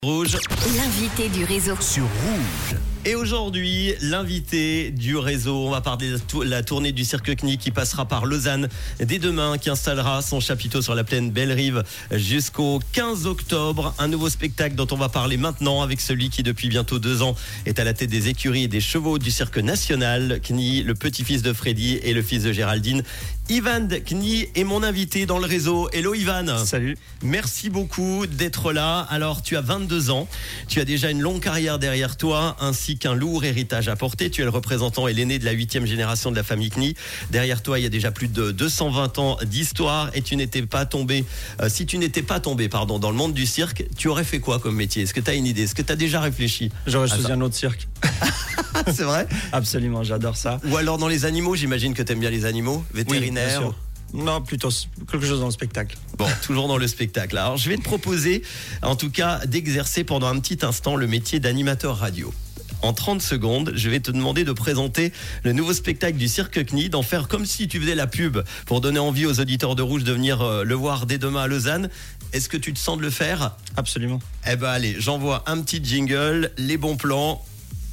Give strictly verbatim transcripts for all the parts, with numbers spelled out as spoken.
Rouge. L'invité du réseau. Sur Rouge. Et aujourd'hui, l'invité du réseau, on va parler de la tournée du Cirque C N I qui passera par Lausanne dès demain, qui installera son chapiteau sur la plaine Belle-Rive jusqu'au quinze octobre. Un nouveau spectacle dont on va parler maintenant avec celui qui depuis bientôt deux ans est à la tête des écuries et des chevaux du Cirque National C N I, le petit-fils de Freddy et le fils de Géraldine. Ivan C N I est mon invité dans le réseau. Hello Ivan. Salut. Merci beaucoup d'être là. Alors tu as vingt-deux ans, tu as déjà une longue carrière derrière toi ainsi qu'un lourd héritage à porter. Tu es le représentant et l'aîné de la huitième génération de la famille C N I. Derrière toi, il y a déjà plus de deux cent vingt ans d'histoire et tu n'étais pas tombé, euh, si tu n'étais pas tombé pardon, dans le monde du cirque, tu aurais fait quoi comme métier? Est-ce que tu as une idée? Est-ce que tu as déjà réfléchi? J'aurais choisi un autre cirque. C'est vrai? Absolument, j'adore ça. Ou alors dans les animaux, j'imagine que tu aimes bien les animaux, vétérinaires. Oui, bien sûr. Non, plutôt quelque chose dans le spectacle. Bon, toujours dans le spectacle. Alors, je vais te proposer, en tout cas, d'exercer pendant un petit instant le métier d'animateur radio. En trente secondes, je vais te demander de présenter le nouveau spectacle du Cirque C N I, d'en faire comme si tu faisais la pub pour donner envie aux auditeurs de Rouge de venir euh, le voir dès demain à Lausanne. Est-ce que tu te sens de le faire? Absolument. Eh ben allez, j'envoie un petit jingle, les bons plans.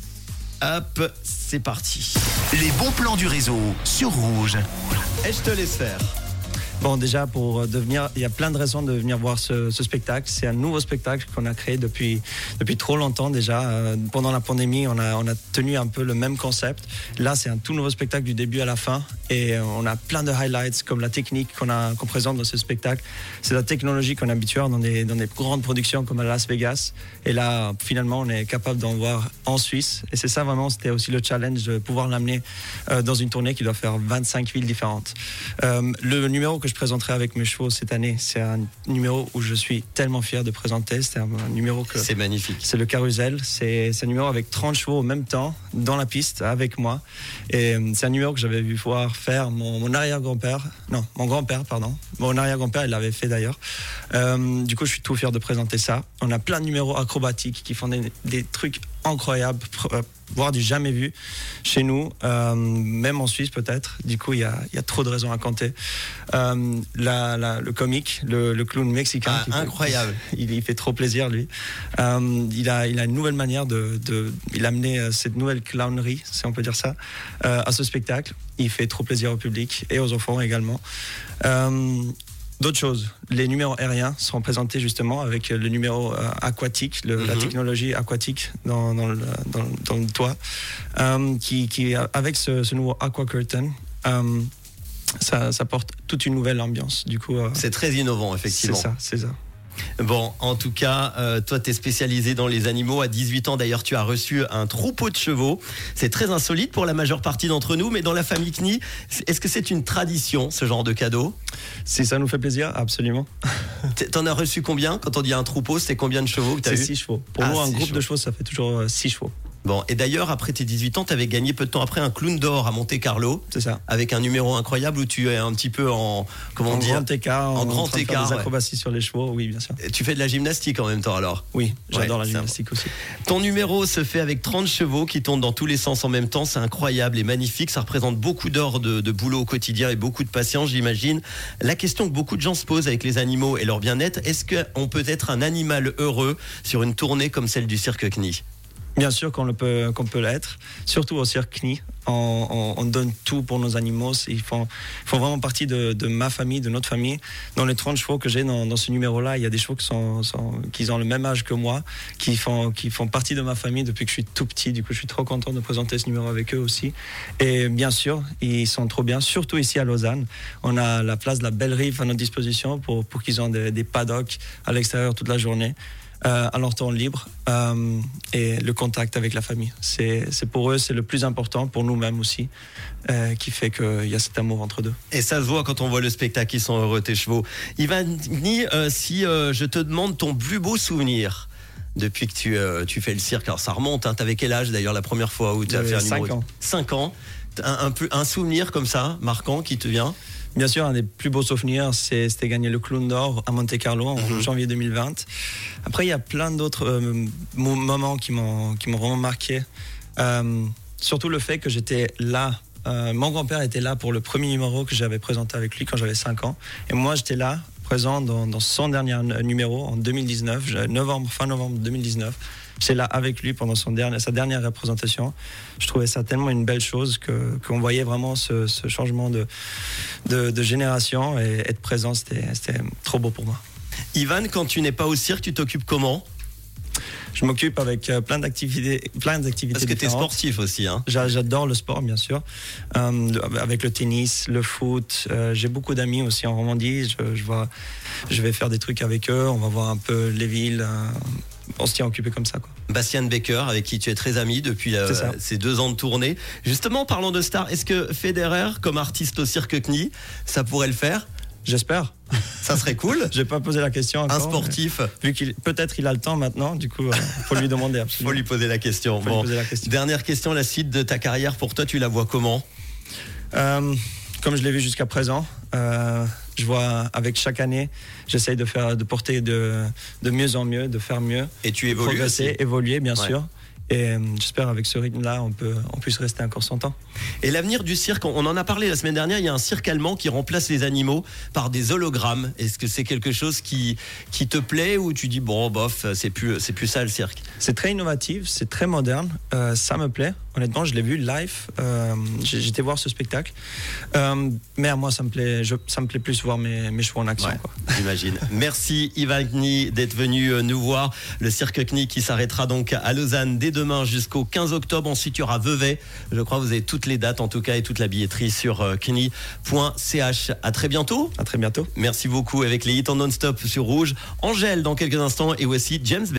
Hop, c'est parti. Les bons plans du réseau sur Rouge. Et je te laisse faire. Bon, déjà, pour devenir, il y a plein de raisons de venir voir ce, ce spectacle. C'est un nouveau spectacle qu'on a créé depuis, depuis trop longtemps déjà. Euh, pendant la pandémie, on a, on a tenu un peu le même concept. Là, c'est un tout nouveau spectacle du début à la fin. Et on a plein de highlights, comme la technique qu'on, a, qu'on présente dans ce spectacle. C'est la technologie qu'on habitue dans des, dans des grandes productions comme à Las Vegas. Et là, finalement, on est capable d'en voir en Suisse. Et c'est ça, vraiment, c'était aussi le challenge de pouvoir l'amener euh, dans une tournée qui doit faire vingt-cinq villes différentes. Euh, le numéro que je présenterai avec mes chevaux cette année, c'est un numéro où je suis tellement fier de présenter. C'est un, un numéro que... C'est magnifique. C'est le Carousel. C'est, c'est un numéro avec trente chevaux en même temps, dans la piste, avec moi. Et c'est un numéro que j'avais vu voir faire mon, mon arrière-grand-père. Non, mon grand-père, pardon. Mon arrière-grand-père, il l'avait fait d'ailleurs. Euh, du coup, je suis tout fier de présenter ça. On a plein de numéros acrobatiques qui font des, des trucs incroyables, voire du jamais vu chez nous, euh, même en Suisse peut-être. Du coup, il y a, y a trop de raisons à compter. Euh, la, la, le comique, le, le clown mexicain, ah, incroyable. Fait, il, il fait trop plaisir lui. Euh, il a, il a une nouvelle manière de, de, il a amené cette nouvelle clownerie, si on peut dire ça, euh, à ce spectacle. Il fait trop plaisir au public et aux enfants également. Euh, D'autres choses, les numéros aériens seront présentés justement avec le numéro euh, aquatique, le, mm-hmm. la technologie aquatique dans, dans, le, dans, dans le toit, euh, qui, qui, avec ce, ce nouveau Aqua Curtain, euh, ça, ça porte toute une nouvelle ambiance. Du coup, euh, c'est très innovant, effectivement. C'est ça, c'est ça. Bon, en tout cas, euh, toi, tu es spécialisé dans les animaux. À dix-huit ans, d'ailleurs, tu as reçu un troupeau de chevaux. C'est très insolite pour la majeure partie d'entre nous, mais dans la famille C N I, est-ce que c'est une tradition, ce genre de cadeau? Si ça nous fait plaisir, absolument. T'en as reçu combien? Quand on dit un troupeau, c'est combien de chevaux que tu as eu? C'est six chevaux. Pour ah, nous, un groupe chevaux. de chevaux, ça fait toujours six chevaux. Bon, et d'ailleurs, après tes dix-huit ans, tu avais gagné peu de temps après un clown d'or à Monte-Carlo. C'est ça. Avec un numéro incroyable où tu es un petit peu en, comment en dire, grand écart, en, en grand train écart. De faire des acrobaties ouais. sur les chevaux, oui, bien sûr. Et tu fais de la gymnastique en même temps alors? Oui, j'adore ouais, la gymnastique aussi. Ton numéro se fait avec trente chevaux qui tournent dans tous les sens en même temps. C'est incroyable et magnifique. Ça représente beaucoup d'heures de, de boulot au quotidien et beaucoup de patience, j'imagine. La question que beaucoup de gens se posent avec les animaux et leur bien-être, est-ce qu'on peut être un animal heureux sur une tournée comme celle du Cirque C N I? Bien sûr qu'on le peut, qu'on peut l'être, surtout au Cirque C N I. On, on, on donne tout pour nos animaux. Ils font, ils font vraiment partie de, de ma famille, de notre famille. Dans les trente chevaux que j'ai dans, dans ce numéro-là, il y a des chevaux qui, sont, sont, qui ont le même âge que moi, qui font, qui font partie de ma famille depuis que je suis tout petit. Du coup, je suis trop content de présenter ce numéro avec eux aussi. Et bien sûr, ils sont trop bien, surtout ici à Lausanne. On a la place de la Belle-Rive à notre disposition pour, pour qu'ils aient des, des paddocks à l'extérieur toute la journée. Euh, à leur temps libre euh, et le contact avec la famille. C'est, c'est pour eux, c'est le plus important, pour nous-mêmes aussi, euh, qui fait qu'il y a cet amour entre deux. Et ça se voit quand on voit le spectacle, ils sont heureux tes chevaux. Ivan C N I, euh, si euh, je te demande ton plus beau souvenir depuis que tu, euh, tu fais le cirque, alors ça remonte, hein, t'avais quel âge d'ailleurs la première fois où tu as fait un numéro? cinq ans. cinq ans. Un, un, un souvenir comme ça, marquant, qui te vient? Bien sûr, un des plus beaux souvenirs, c'est, c'était gagner le Clown d'Or à Monte-Carlo en mmh. janvier deux mille vingt. Après, il y a plein d'autres euh, moments qui m'ont, qui m'ont vraiment marqué. Euh, surtout le fait que j'étais là. Euh, mon grand-père était là pour le premier numéro que j'avais présenté avec lui quand j'avais cinq ans. Et moi, j'étais là présent dans, dans son dernier numéro en deux mille dix-neuf, novembre, fin novembre deux mille dix-neuf. J'étais là avec lui pendant son dernier, sa dernière représentation. Je trouvais ça tellement une belle chose que, qu'on voyait vraiment ce, ce changement de, de, de génération, et être présent, c'était, c'était trop beau pour moi. Ivan, quand tu n'es pas au cirque, tu t'occupes comment ? Je m'occupe avec euh, plein d'activités, plein d'activités Parce que tu es différentes. sportif aussi, hein. J'a- J'adore le sport, bien sûr. Euh, avec le tennis, le foot. Euh, j'ai beaucoup d'amis aussi en Romandie. Je, je, vois, je vais faire des trucs avec eux. On va voir un peu les villes. Euh, on se tient occupé comme ça, quoi. Bastian Becker, avec qui tu es très ami depuis euh, ces deux ans de tournée. Justement, parlons de stars, est-ce que Federer, comme artiste au Cirque C N I, ça pourrait le faire ? J'espère. Ça serait cool. Je n'ai pas posé la question encore. Un sportif. Vu qu'il peut-être il a le temps maintenant, du coup, il euh, faut lui demander. Il faut lui poser la question. Faut Bon. lui poser la question. Dernière question, la suite de ta carrière, pour toi, tu la vois comment ? euh, Comme je l'ai vu jusqu'à présent, euh, je vois avec chaque année, j'essaye de faire, de porter de, de mieux en mieux, de faire mieux. Et tu évolues progresser, aussi. évoluer, bien Ouais. sûr. Et euh, j'espère avec ce rythme-là, on, peut, on puisse rester encore cent ans. Et l'avenir du cirque, on en a parlé la semaine dernière, il y a un cirque allemand qui remplace les animaux par des hologrammes. Est-ce que c'est quelque chose qui, qui te plaît, ou tu dis, bon, bof, c'est plus, c'est plus ça le cirque ? C'est très innovatif, c'est très moderne, euh, ça me plaît. Honnêtement, je l'ai vu live, euh, j'ai- j'étais voir ce spectacle. Euh, mais à moi, ça me plaît, je, ça me plaît plus voir mes, mes chevaux en action. Ouais, Quoi. j'imagine. Merci Ivan Knie d'être venu euh, nous voir. Le cirque Knie qui s'arrêtera donc à Lausanne dès demain jusqu'au quinze octobre. Ensuite, il y aura Vevey. Je crois que vous avez toutes les dates en tout cas et toute la billetterie sur euh, knie point c h. À très bientôt. À très bientôt. Merci beaucoup avec les hits en non-stop sur Rouge. Angèle dans quelques instants et voici James